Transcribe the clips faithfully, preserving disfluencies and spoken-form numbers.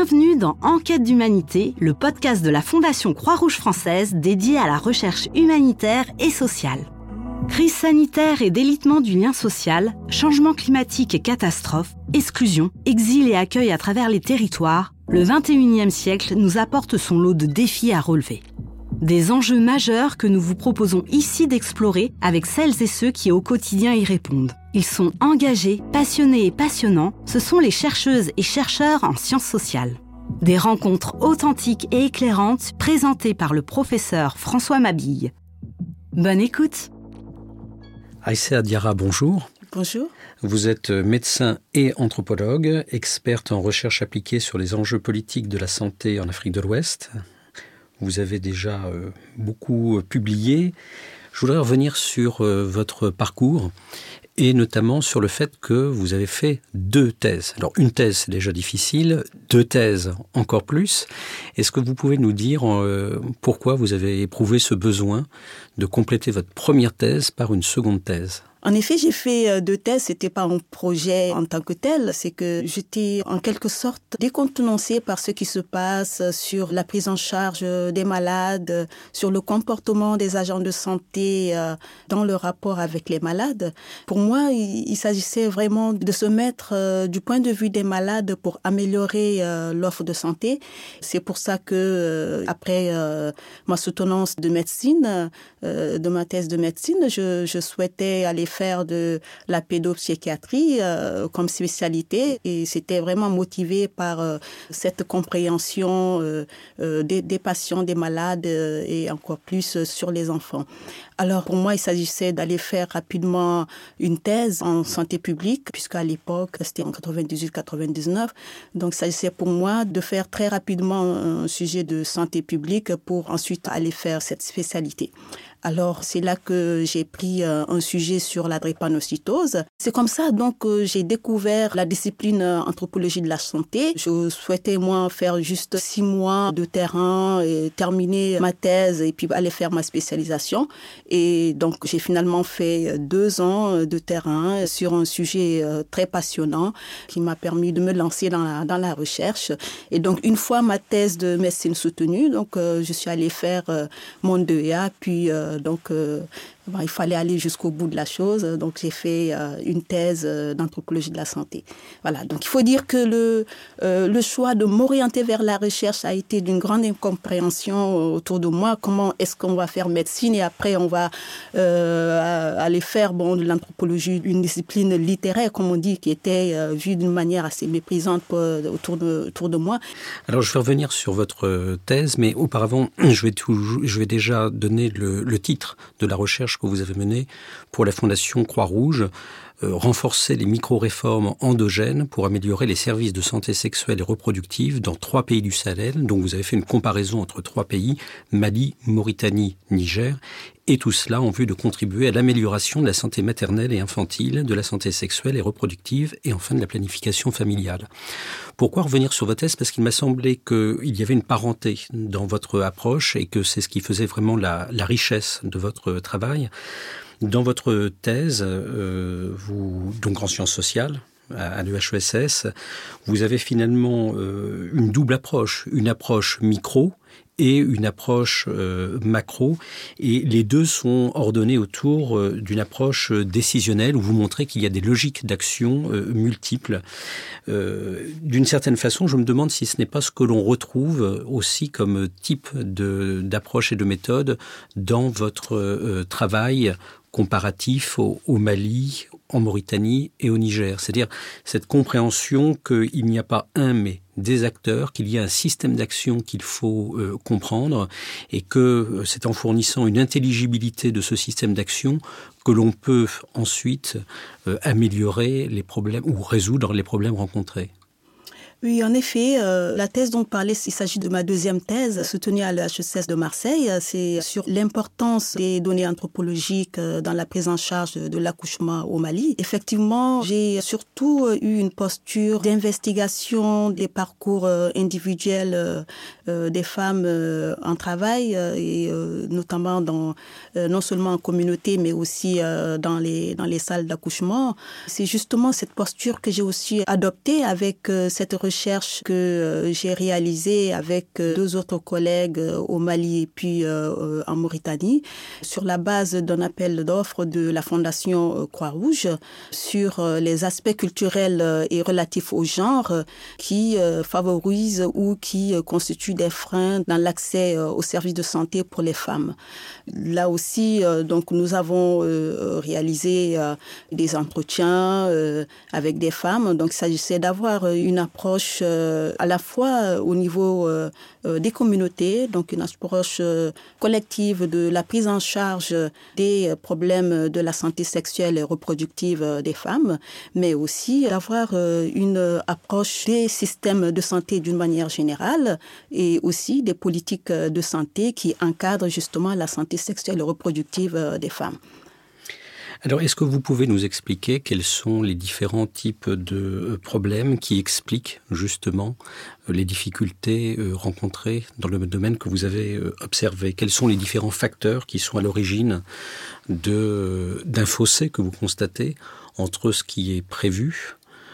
Bienvenue dans Enquête d'humanité, le podcast de la Fondation Croix-Rouge française dédié à la recherche humanitaire et sociale. Crise sanitaire et délitement du lien social, changement climatique et catastrophes, exclusion, exil et accueil à travers les territoires, le vingt et unième siècle nous apporte son lot de défis à relever. Des enjeux majeurs que nous vous proposons ici d'explorer avec celles et ceux qui au quotidien y répondent. Ils sont engagés, passionnés et passionnants, ce sont les chercheuses et chercheurs en sciences sociales. Des rencontres authentiques et éclairantes présentées par le professeur François Mabille. Bonne écoute. Aïssa Diarra, bonjour. Bonjour. Vous êtes médecin et anthropologue, experte en recherche appliquée sur les enjeux politiques de la santé en Afrique de l'Ouest. Vous avez déjà euh, beaucoup publié. Je voudrais revenir sur euh, votre parcours et notamment sur le fait que vous avez fait deux thèses. Alors une thèse, c'est déjà difficile, deux thèses encore plus. Est-ce que vous pouvez nous dire euh, pourquoi vous avez éprouvé ce besoin de compléter votre première thèse par une seconde thèse ? En effet, j'ai fait deux thèses. C'était pas un projet en tant que tel. C'est que j'étais en quelque sorte décontenancée par ce qui se passe sur la prise en charge des malades, sur le comportement des agents de santé dans le rapport avec les malades. Pour moi, il s'agissait vraiment de se mettre du point de vue des malades pour améliorer l'offre de santé. C'est pour ça que, après ma soutenance de médecine, de ma thèse de médecine, je, je souhaitais aller faire de la pédopsychiatrie euh, comme spécialité et c'était vraiment motivé par euh, cette compréhension euh, euh, des, des patients, des malades euh, et encore plus euh, sur les enfants. Alors pour moi, il s'agissait d'aller faire rapidement une thèse en santé publique puisqu'à l'époque, c'était en quatre-vingt-dix-huit quatre-vingt-dix-neuf. Donc il s'agissait pour moi de faire très rapidement un sujet de santé publique pour ensuite aller faire cette spécialité. Alors, c'est là que j'ai pris euh, un sujet sur la drépanocytose. C'est comme ça donc que j'ai découvert la discipline euh, anthropologie de la santé. Je souhaitais, moi, faire juste six mois de terrain et terminer ma thèse et puis aller faire ma spécialisation. Et donc, j'ai finalement fait deux ans de terrain sur un sujet euh, très passionnant qui m'a permis de me lancer dans la, dans la recherche. Et donc, une fois ma thèse de médecine soutenue, donc, euh, je suis allée faire euh, mon deux A, puis euh, Donc, euh, bon, il fallait aller jusqu'au bout de la chose. Donc, j'ai fait euh, une thèse euh, d'anthropologie de la santé. Voilà. Donc, il faut dire que le, euh, le choix de m'orienter vers la recherche a été d'une grande incompréhension autour de moi. Comment est-ce qu'on va faire médecine et après, on va euh, aller faire bon, de l'anthropologie, une discipline littéraire, comme on dit, qui était euh, vue d'une manière assez méprisante pour, autour, de, autour de moi. Alors, je vais revenir sur votre thèse, mais auparavant, je vais, tout, je vais déjà donner le, le titre de la recherche que vous avez menée pour la Fondation Croix-Rouge, euh, renforcer les micro-réformes endogènes pour améliorer les services de santé sexuelle et reproductive dans trois pays du Sahel. Donc vous avez fait une comparaison entre trois pays, Mali, Mauritanie, Niger, et tout cela en vue de contribuer à l'amélioration de la santé maternelle et infantile, de la santé sexuelle et reproductive et enfin de la planification familiale. Pourquoi revenir sur votre thèse ? Parce qu'il m'a semblé qu'il y avait une parenté dans votre approche et que c'est ce qui faisait vraiment la, la richesse de votre travail. Dans votre thèse, euh, vous, donc en sciences sociales, à l'E H E S S, vous avez finalement euh, une double approche, une approche micro et une approche euh, macro, et les deux sont ordonnés autour euh, d'une approche décisionnelle où vous montrez qu'il y a des logiques d'action euh, multiples. Euh, d'une certaine façon, je me demande si ce n'est pas ce que l'on retrouve aussi comme type de, d'approche et de méthode dans votre euh, travail comparatif au, au Mali, en Mauritanie et au Niger. C'est-à-dire cette compréhension qu'il n'y a pas un mais des acteurs, qu'il y a un système d'action qu'il faut euh, comprendre et que euh, c'est en fournissant une intelligibilité de ce système d'action que l'on peut ensuite euh, améliorer les problèmes ou résoudre les problèmes rencontrés. Oui, en effet, euh, la thèse dont on parlait, il s'agit de ma deuxième thèse, soutenue à l'E H E S S de Marseille. C'est sur l'importance des données anthropologiques dans la prise en charge de l'accouchement au Mali. Effectivement, j'ai surtout eu une posture d'investigation des parcours individuels des femmes en travail, et notamment dans, non seulement en communauté, mais aussi dans les, dans les salles d'accouchement. C'est justement cette posture que j'ai aussi adoptée avec cette recherche que euh, j'ai réalisée avec euh, deux autres collègues euh, au Mali et puis euh, en Mauritanie, sur la base d'un appel d'offres de la Fondation euh, Croix-Rouge sur euh, les aspects culturels euh, et relatifs au genre euh, qui euh, favorisent ou qui euh, constituent des freins dans l'accès euh, aux services de santé pour les femmes. Là aussi, euh, donc, nous avons euh, réalisé euh, des entretiens euh, avec des femmes. Donc, il s'agissait d'avoir une approche euh, à la fois au niveau euh, des communautés, donc une approche euh, collective de la prise en charge des problèmes de la santé sexuelle et reproductive des femmes, mais aussi d'avoir euh, une approche des systèmes de santé d'une manière générale et aussi des politiques de santé qui encadrent justement la santé sexuelle et reproductive des femmes. Alors, est-ce que vous pouvez nous expliquer quels sont les différents types de problèmes qui expliquent justement les difficultés rencontrées dans le domaine que vous avez observé? Quels sont les différents facteurs qui sont à l'origine de, d'un fossé que vous constatez entre ce qui est prévu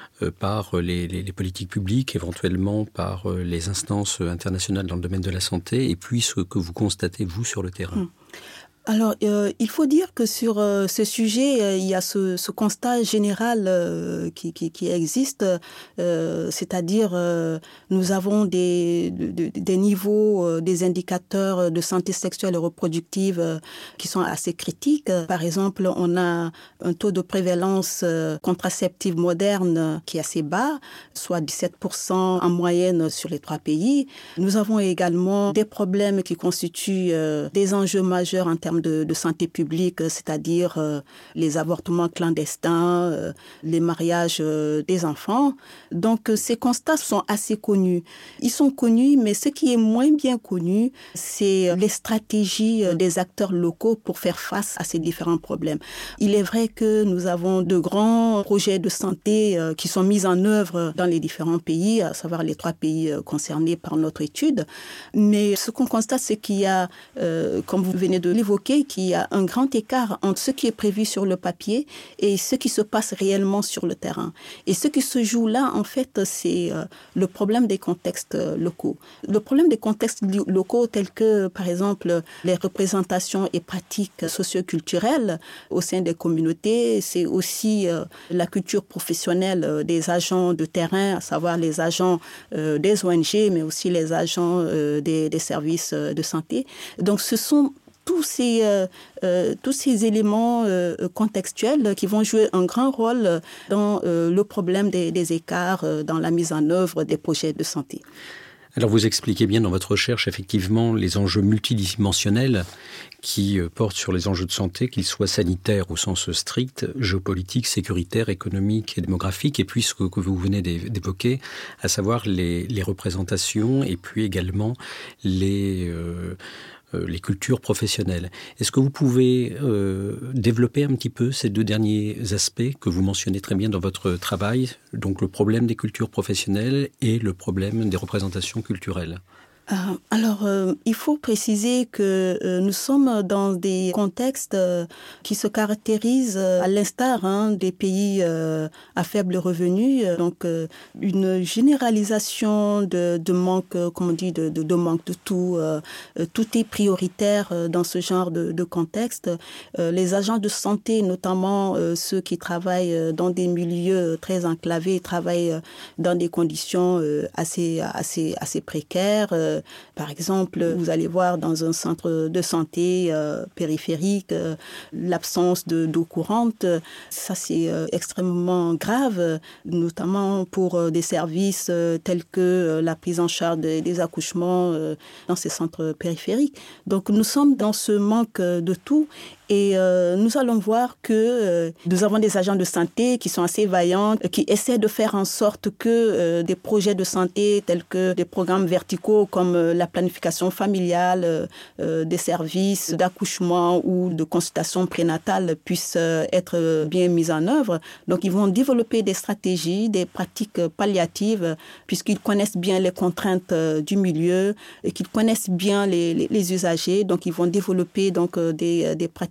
par les, les, les politiques publiques, éventuellement par les instances internationales dans le domaine de la santé, et puis ce que vous constatez, vous, sur le terrain? Mmh. Alors, euh, il faut dire que sur euh, ce sujet, euh, il y a ce, ce constat général euh, qui, qui, qui existe, euh, c'est-à-dire euh, nous avons des, de, des niveaux, euh, des indicateurs de santé sexuelle et reproductive euh, qui sont assez critiques. Par exemple, on a un taux de prévalence euh, contraceptive moderne qui est assez bas, soit dix-sept pour cent en moyenne sur les trois pays. Nous avons également des problèmes qui constituent euh, des enjeux majeurs en termes De, de santé publique, c'est-à-dire euh, les avortements clandestins, euh, les mariages euh, des enfants. Donc, euh, ces constats sont assez connus. Ils sont connus, mais ce qui est moins bien connu, c'est les stratégies euh, des acteurs locaux pour faire face à ces différents problèmes. Il est vrai que nous avons de grands projets de santé euh, qui sont mis en œuvre dans les différents pays, à savoir les trois pays euh, concernés par notre étude. Mais ce qu'on constate, c'est qu'il y a, euh, comme vous venez de l'évoquer, qu'il y a un grand écart entre ce qui est prévu sur le papier et ce qui se passe réellement sur le terrain. Et ce qui se joue là, en fait, c'est euh, le problème des contextes euh, locaux. Le problème des contextes locaux tels que, par exemple, les représentations et pratiques socioculturelles au sein des communautés, c'est aussi euh, la culture professionnelle euh, des agents de terrain, à savoir les agents euh, des O N G, mais aussi les agents euh, des, des services euh, de santé. Donc, ce sont Tous ces, euh, euh, tous ces éléments euh, contextuels qui vont jouer un grand rôle dans euh, le problème des, des écarts euh, dans la mise en œuvre des projets de santé. Alors vous expliquez bien dans votre recherche effectivement les enjeux multidimensionnels qui portent sur les enjeux de santé, qu'ils soient sanitaires au sens strict, géopolitiques, sécuritaires, économiques et démographiques, et puis ce que vous venez d'évoquer, à savoir les, les représentations et puis également les... Euh, les cultures professionnelles. Est-ce que vous pouvez euh, développer un petit peu ces deux derniers aspects que vous mentionnez très bien dans votre travail, donc le problème des cultures professionnelles et le problème des représentations culturelles? Euh, alors, euh, il faut préciser que euh, nous sommes dans des contextes euh, qui se caractérisent euh, à l'instar hein, des pays euh, à faible revenu. Donc, euh, une généralisation de, de manque, euh, comme on dit, de, de, de manque de tout. Euh, tout est prioritaire euh, dans ce genre de, de contexte. Euh, les agents de santé, notamment euh, ceux qui travaillent dans des milieux très enclavés, travaillent dans des conditions euh, assez, assez, assez précaires. Euh, Par exemple, vous allez voir dans un centre de santé euh, périphérique euh, l'absence de, d'eau courante. Ça, c'est euh, extrêmement grave, notamment pour euh, des services euh, tels que euh, la prise en charge des, des accouchements euh, dans ces centres périphériques. Donc, nous sommes dans ce manque de tout. Et euh, nous allons voir que euh, nous avons des agents de santé qui sont assez vaillants, qui essaient de faire en sorte que euh, des projets de santé tels que des programmes verticaux comme euh, la planification familiale, euh, euh, des services d'accouchement ou de consultation prénatale puissent euh, être bien mis en œuvre. Donc, ils vont développer des stratégies, des pratiques palliatives, puisqu'ils connaissent bien les contraintes euh, du milieu et qu'ils connaissent bien les, les, les usagers. Donc, ils vont développer donc, euh, des, des pratiques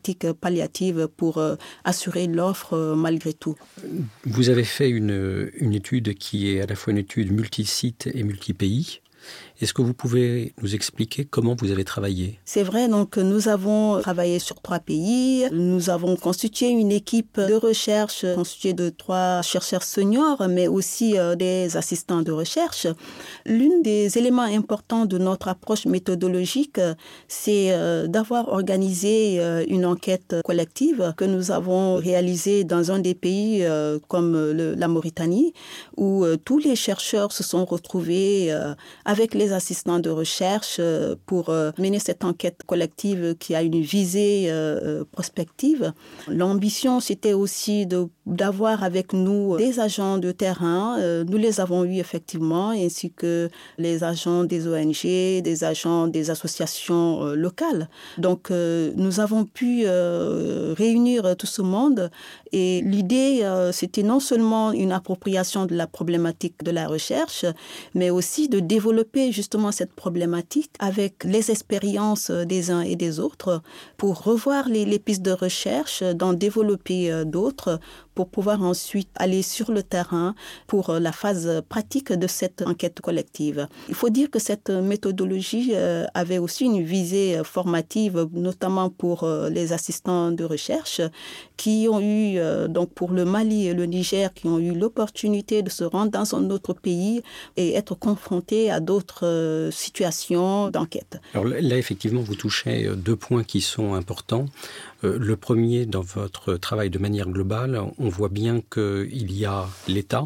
pratiques palliatives pour euh, assurer l'offre euh, malgré tout. Vous avez fait une, une étude qui est à la fois une étude multisite et multi-pays. Est-ce que vous pouvez nous expliquer comment vous avez travaillé ? C'est vrai, donc nous avons travaillé sur trois pays. Nous avons constitué une équipe de recherche constituée de trois chercheurs seniors, mais aussi euh, des assistants de recherche. L'un des éléments importants de notre approche méthodologique, c'est euh, d'avoir organisé euh, une enquête collective que nous avons réalisée dans un des pays euh, comme le, la Mauritanie, où euh, tous les chercheurs se sont retrouvés euh, avec les assistants de recherche pour mener cette enquête collective qui a une visée prospective. L'ambition, c'était aussi de, d'avoir avec nous des agents de terrain. Nous les avons eus effectivement, ainsi que les agents des O N G, des agents des associations locales. Donc, nous avons pu réunir tout ce monde et l'idée, c'était non seulement une appropriation de la problématique de la recherche, mais aussi de développer justement cette problématique avec les expériences des uns et des autres pour revoir les, les pistes de recherche, d'en développer d'autres pour pouvoir ensuite aller sur le terrain pour la phase pratique de cette enquête collective. Il faut dire que cette méthodologie avait aussi une visée formative, notamment pour les assistants de recherche qui ont eu, donc pour le Mali et le Niger, qui ont eu l'opportunité de se rendre dans un autre pays et être confrontés à d'autres situations d'enquête. Alors là, effectivement, vous touchez deux points qui sont importants. Le premier, dans votre travail de manière globale, on voit bien qu'il y a l'État.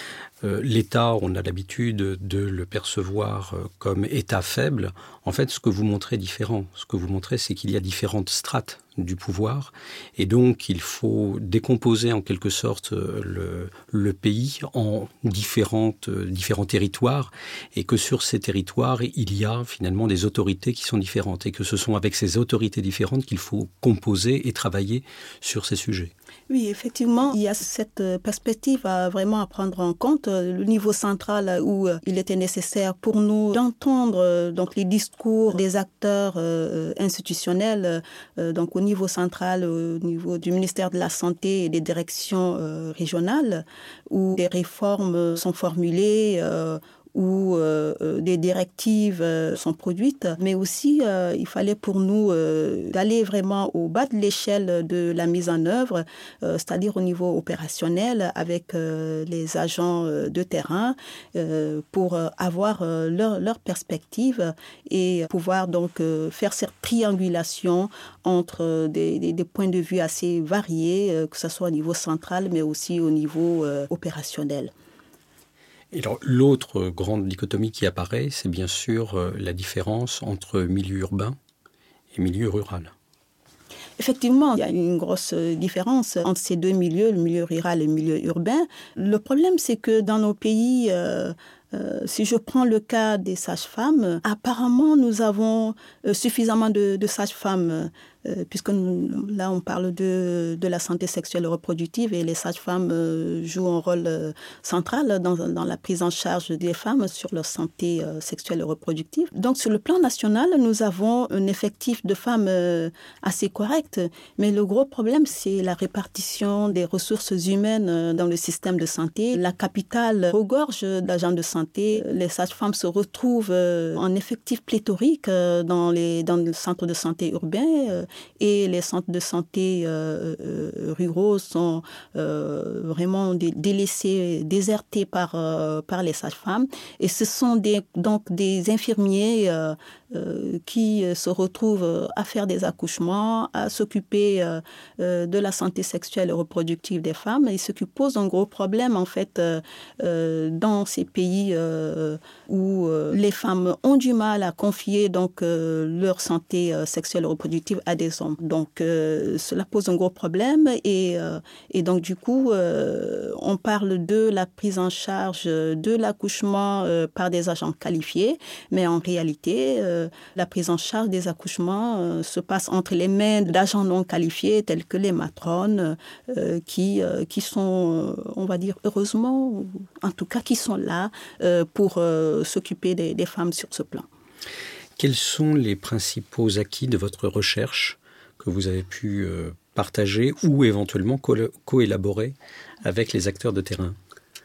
L'État, on a l'habitude de le percevoir comme État faible. En fait, ce que vous montrez est différent. Ce que vous montrez, c'est qu'il y a différentes strates du pouvoir. Et donc, il faut décomposer en quelque sorte le, le pays en différentes, différents territoires. Et que sur ces territoires, il y a finalement des autorités qui sont différentes. Et que ce sont avec ces autorités différentes qu'il faut composer et travailler sur ces sujets. Oui, effectivement, il y a cette perspective à vraiment à prendre en compte. Le niveau central où il était nécessaire pour nous d'entendre donc les discours des acteurs euh, institutionnels, euh, donc au niveau central, au niveau du ministère de la Santé et des directions euh, régionales, où des réformes sont formulées, euh, où euh, des directives euh, sont produites, mais aussi euh, il fallait pour nous euh, d'aller vraiment au bas de l'échelle de la mise en œuvre, euh, c'est-à-dire au niveau opérationnel avec euh, les agents euh, de terrain euh, pour euh, avoir euh, leur, leur perspective et pouvoir donc euh, faire cette triangulation entre des, des, des points de vue assez variés, euh, que ce soit au niveau central mais aussi au niveau euh, opérationnel. Et alors, l'autre grande dichotomie qui apparaît, c'est bien sûr euh, la différence entre milieu urbain et milieu rural. Effectivement, il y a une grosse différence entre ces deux milieux, le milieu rural et le milieu urbain. Le problème, c'est que dans nos pays, euh, euh, si je prends le cas des sages-femmes, apparemment, nous avons euh, suffisamment de, de sages-femmes euh, puisque nous, là, on parle de, de la santé sexuelle et reproductive et les sages-femmes euh, jouent un rôle euh, central dans, dans la prise en charge des femmes sur leur santé euh, sexuelle et reproductive. Donc, sur le plan national, nous avons un effectif de femmes euh, assez correct, mais le gros problème, c'est la répartition des ressources humaines euh, dans le système de santé. La capitale regorge d'agents de santé. Les sages-femmes se retrouvent euh, en effectif pléthorique euh, dans, les, dans le centre de santé urbain euh, et les centres de santé euh, euh, ruraux sont euh, vraiment dé- délaissés, désertés par, euh, par les sages-femmes. Et ce sont des, donc des infirmiers euh, euh, qui se retrouvent à faire des accouchements, à s'occuper euh, euh, de la santé sexuelle et reproductive des femmes, et ce qui pose un gros problème en fait euh, euh, dans ces pays euh, où euh, les femmes ont du mal à confier donc euh, leur santé euh, sexuelle et reproductive à des hommes. Donc euh, cela pose un gros problème et, euh, et donc du coup euh, on parle de la prise en charge de l'accouchement euh, par des agents qualifiés, mais en réalité euh, la prise en charge des accouchements euh, se passe entre les mains d'agents non qualifiés tels que les matrones euh, qui, euh, qui sont, on va dire heureusement, en tout cas qui sont là euh, pour euh, s'occuper des, des femmes sur ce plan. Quels sont les principaux acquis de votre recherche que vous avez pu euh, partager ou éventuellement co- co-élaborer avec les acteurs de terrain?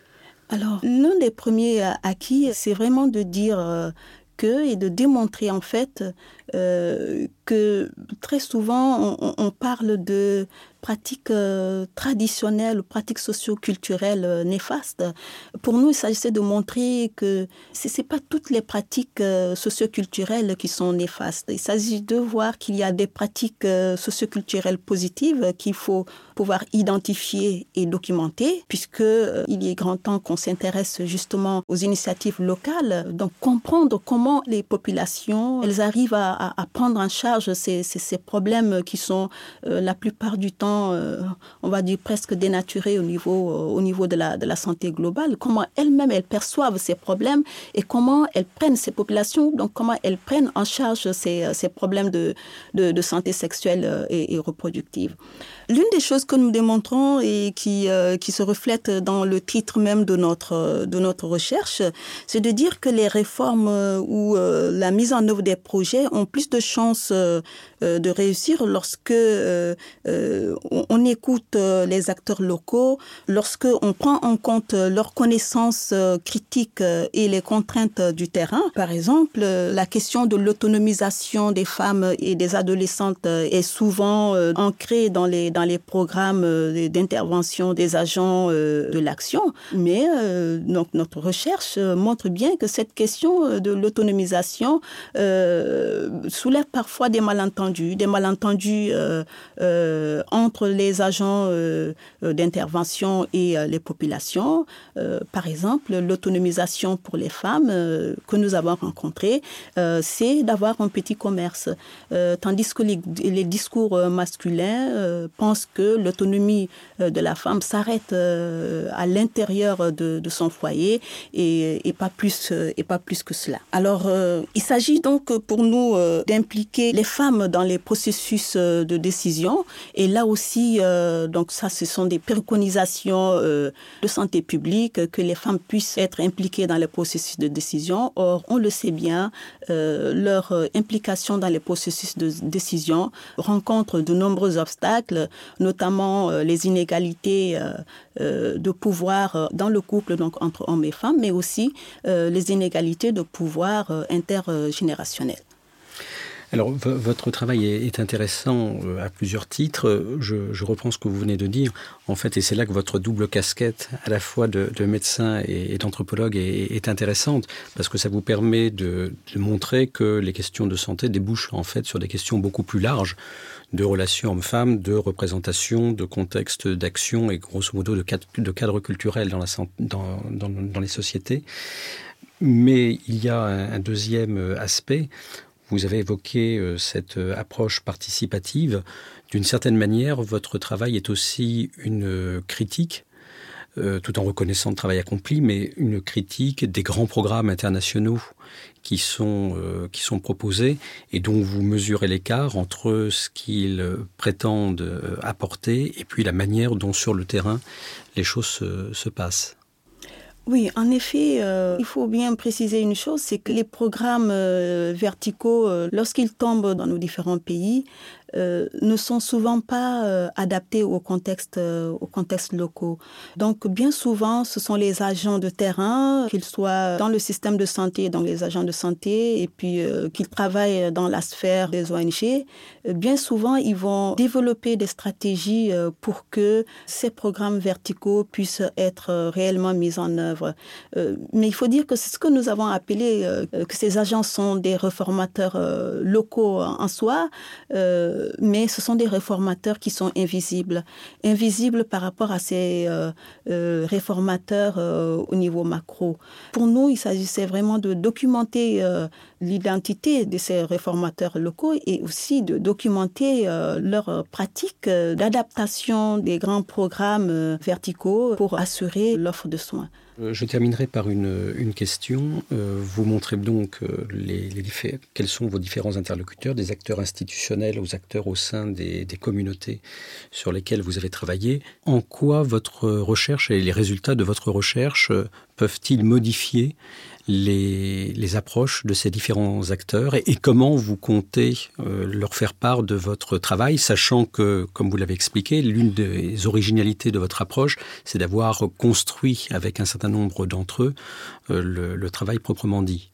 Alors, l'un des premiers acquis, c'est vraiment de dire euh, que et de démontrer en fait euh, que très souvent on, on parle de pratiques euh, traditionnelles ou pratiques socio-culturelles euh, néfastes. Pour nous, il s'agissait de montrer que ce n'est pas toutes les pratiques euh, socio-culturelles qui sont néfastes. Il s'agit de voir qu'il y a des pratiques euh, socio-culturelles positives qu'il faut pouvoir identifier et documenter, puisqu'il euh, est grand temps qu'on s'intéresse justement aux initiatives locales, donc comprendre comment les populations elles arrivent à, à, à prendre en charge ces, ces, ces problèmes qui sont euh, la plupart du temps Euh, on va dire presque dénaturées au niveau, euh, au niveau de, la, de la santé globale, comment elles-mêmes elles perçoivent ces problèmes et comment elles prennent ces populations, donc comment elles prennent en charge ces, ces problèmes de, de, de santé sexuelle et, et reproductive. L'une des choses que nous démontrons et qui, euh, qui se reflète dans le titre même de notre, de notre recherche, c'est de dire que les réformes ou euh, la mise en œuvre des projets ont plus de chances euh, de réussir lorsque euh, euh, on, on écoute euh, les acteurs locaux, lorsque on prend en compte leurs connaissances euh, critiques euh, et les contraintes euh, du terrain. Par exemple, euh, la question de l'autonomisation des femmes et des adolescentes euh, est souvent euh, ancrée dans les dans les programmes euh, d'intervention des agents euh, de l'action. Mais euh, donc notre recherche euh, montre bien que cette question de l'autonomisation euh, soulève parfois des malentendus, des malentendus euh, euh, entre les agents euh, d'intervention et euh, les populations. Euh, par exemple, l'autonomisation pour les femmes euh, que nous avons rencontrées, euh, c'est d'avoir un petit commerce. Euh, tandis que les, les discours masculins euh, pensent que l'autonomie euh, de la femme s'arrête euh, à l'intérieur de, de son foyer et, et, pas plus, euh, et pas plus que cela. Alors, euh, il s'agit donc pour nous euh, d'impliquer les femmes dans les processus euh, de décision. Et là aussi, euh, donc ça, ce sont des préconisations euh, de santé publique, que les femmes puissent être impliquées dans les processus de décision. Or, on le sait bien, euh, leur implication dans les processus de décision rencontre de nombreux obstacles, notamment euh, les inégalités euh, euh, de pouvoir dans le couple, donc entre hommes et femmes, mais aussi euh, les inégalités de pouvoir euh, intergénérationnel. Alors, v- votre travail est, est intéressant euh, à plusieurs titres. Je, je reprends ce que vous venez de dire, en fait, et c'est là que votre double casquette, à la fois de, de médecin et, et d'anthropologue, est, est intéressante, parce que ça vous permet de, de montrer que les questions de santé débouchent en fait sur des questions beaucoup plus larges, de relations hommes-femmes, de représentation, de contexte d'action et grosso modo de cadre, de cadre culturel dans, la, dans, dans, dans les sociétés. Mais il y a un, un deuxième aspect. Vous avez évoqué euh, cette euh, approche participative. D'une certaine manière, votre travail est aussi une euh, critique, euh, tout en reconnaissant le travail accompli, mais une critique des grands programmes internationaux qui sont, euh, qui sont proposés et dont vous mesurez l'écart entre ce qu'ils prétendent euh, apporter et puis la manière dont sur le terrain les choses se, se passent. Oui, en effet, euh, il faut bien préciser une chose, c'est que les programmes euh, verticaux, euh, lorsqu'ils tombent dans nos différents pays, euh, ne sont souvent pas euh, adaptés au contexte, euh, au contexte locaux. Donc, bien souvent, ce sont les agents de terrain, qu'ils soient dans le système de santé, donc les agents de santé, et puis euh, qu'ils travaillent dans la sphère des O N G. Euh, bien souvent, ils vont développer des stratégies euh, pour que ces programmes verticaux puissent être euh, réellement mis en œuvre. Euh, mais il faut dire que c'est ce que nous avons appelé, euh, que ces agents sont des réformateurs euh, locaux en soi, euh, mais ce sont des réformateurs qui sont invisibles. Invisibles par rapport à ces euh, euh, réformateurs euh, au niveau macro. Pour nous, il s'agissait vraiment de documenter euh, l'identité de ces réformateurs locaux et aussi de documenter euh, leurs pratiques euh, d'adaptation des grands programmes euh, verticaux pour assurer l'offre de soins. Je terminerai par une, une question. Euh, vous montrez donc euh, les, les diffé- quels sont vos différents interlocuteurs, des acteurs institutionnels aux acteurs au sein des, des communautés sur lesquelles vous avez travaillé. En quoi votre recherche et les résultats de votre recherche peuvent-ils modifier les, les approches de ces différents acteurs et, et comment vous comptez euh, leur faire part de votre travail, sachant que, comme vous l'avez expliqué, l'une des originalités de votre approche, c'est d'avoir construit avec un certain nombre d'entre eux euh, le, le travail proprement dit.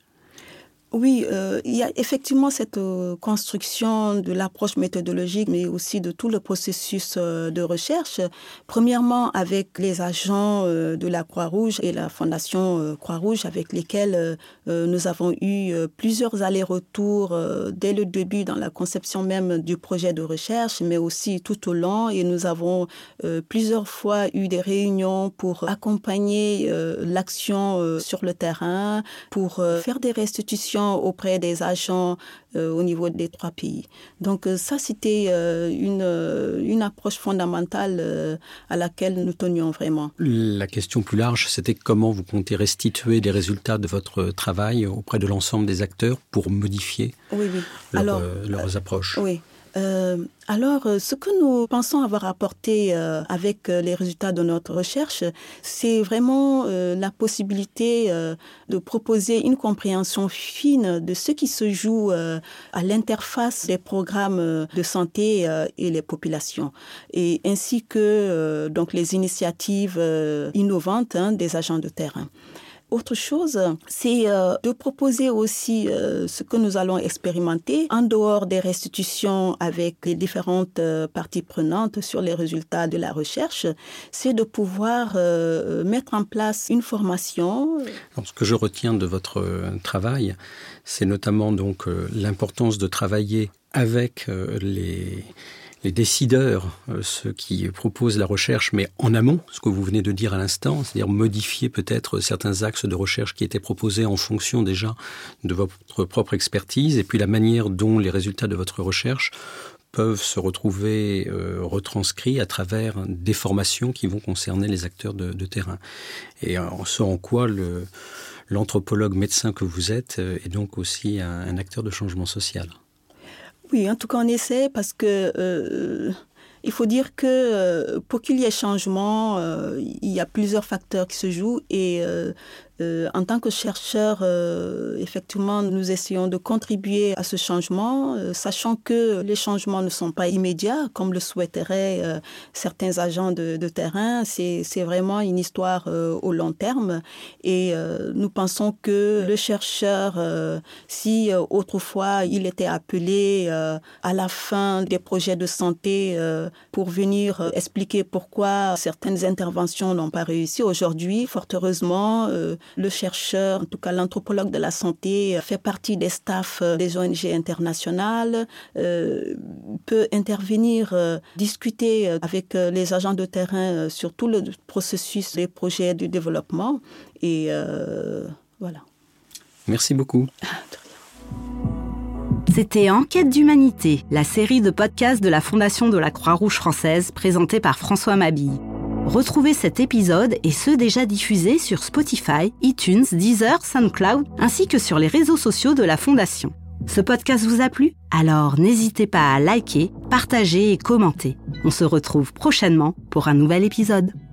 Oui, euh, il y a effectivement cette euh, construction de l'approche méthodologique, mais aussi de tout le processus euh, de recherche. Premièrement, avec les agents euh, de la Croix-Rouge et la Fondation euh, Croix-Rouge, avec lesquels euh, nous avons eu euh, plusieurs allers-retours euh, dès le début dans la conception même du projet de recherche, mais aussi tout au long. Et nous avons euh, plusieurs fois eu des réunions pour accompagner euh, l'action euh, sur le terrain, pour euh, faire des restitutions auprès des agents euh, au niveau des trois pays. Donc euh, ça, c'était euh, une, euh, une approche fondamentale euh, à laquelle nous tenions vraiment. La question plus large, c'était comment vous comptez restituer les résultats de votre travail auprès de l'ensemble des acteurs pour modifier oui, oui. Leur, Alors, euh, leurs approches. Euh, oui. Euh, alors, ce que nous pensons avoir apporté euh, avec les résultats de notre recherche, c'est vraiment euh, la possibilité euh, de proposer une compréhension fine de ce qui se joue euh, à l'interface des programmes de santé euh, et les populations, et ainsi que euh, donc les initiatives euh, innovantes hein, des agents de terrain. Autre chose, c'est euh, de proposer aussi euh, ce que nous allons expérimenter en dehors des restitutions avec les différentes euh, parties prenantes sur les résultats de la recherche, c'est de pouvoir euh, mettre en place une formation. Alors, ce que je retiens de votre euh, travail, c'est notamment donc euh, l'importance de travailler avec euh, les... les décideurs, euh, ceux qui proposent la recherche, mais en amont, ce que vous venez de dire à l'instant, c'est-à-dire modifier peut-être certains axes de recherche qui étaient proposés en fonction déjà de votre propre expertise, et puis la manière dont les résultats de votre recherche peuvent se retrouver euh, retranscrits à travers des formations qui vont concerner les acteurs de, de terrain. Et en ce en quoi le, l'anthropologue médecin que vous êtes est donc aussi un, un acteur de changement social. Oui, en tout cas, on essaie parce que euh, il faut dire que euh, pour qu'il y ait changement, euh, il y a plusieurs facteurs qui se jouent et euh, Euh, en tant que chercheurs, euh, effectivement, nous essayons de contribuer à ce changement, euh, sachant que les changements ne sont pas immédiats, comme le souhaiteraient euh, certains agents de, de terrain. C'est, c'est vraiment une histoire euh, au long terme. Et euh, nous pensons que le chercheur, euh, si euh, autrefois il était appelé euh, à la fin des projets de santé euh, pour venir euh, expliquer pourquoi certaines interventions n'ont pas réussi, aujourd'hui, fort heureusement, euh, le chercheur, en tout cas l'anthropologue de la santé, fait partie des staffs des O N G internationales, euh, peut intervenir, euh, discuter avec les agents de terrain sur tout le processus des projets de développement. Et euh, voilà. Merci beaucoup. C'était Enquête d'humanité, la série de podcasts de la Fondation de la Croix-Rouge française présentée par François Mabille. Retrouvez cet épisode et ceux déjà diffusés sur Spotify, iTunes, Deezer, SoundCloud, ainsi que sur les réseaux sociaux de la Fondation. Ce podcast vous a plu ? Alors n'hésitez pas à liker, partager et commenter. On se retrouve prochainement pour un nouvel épisode.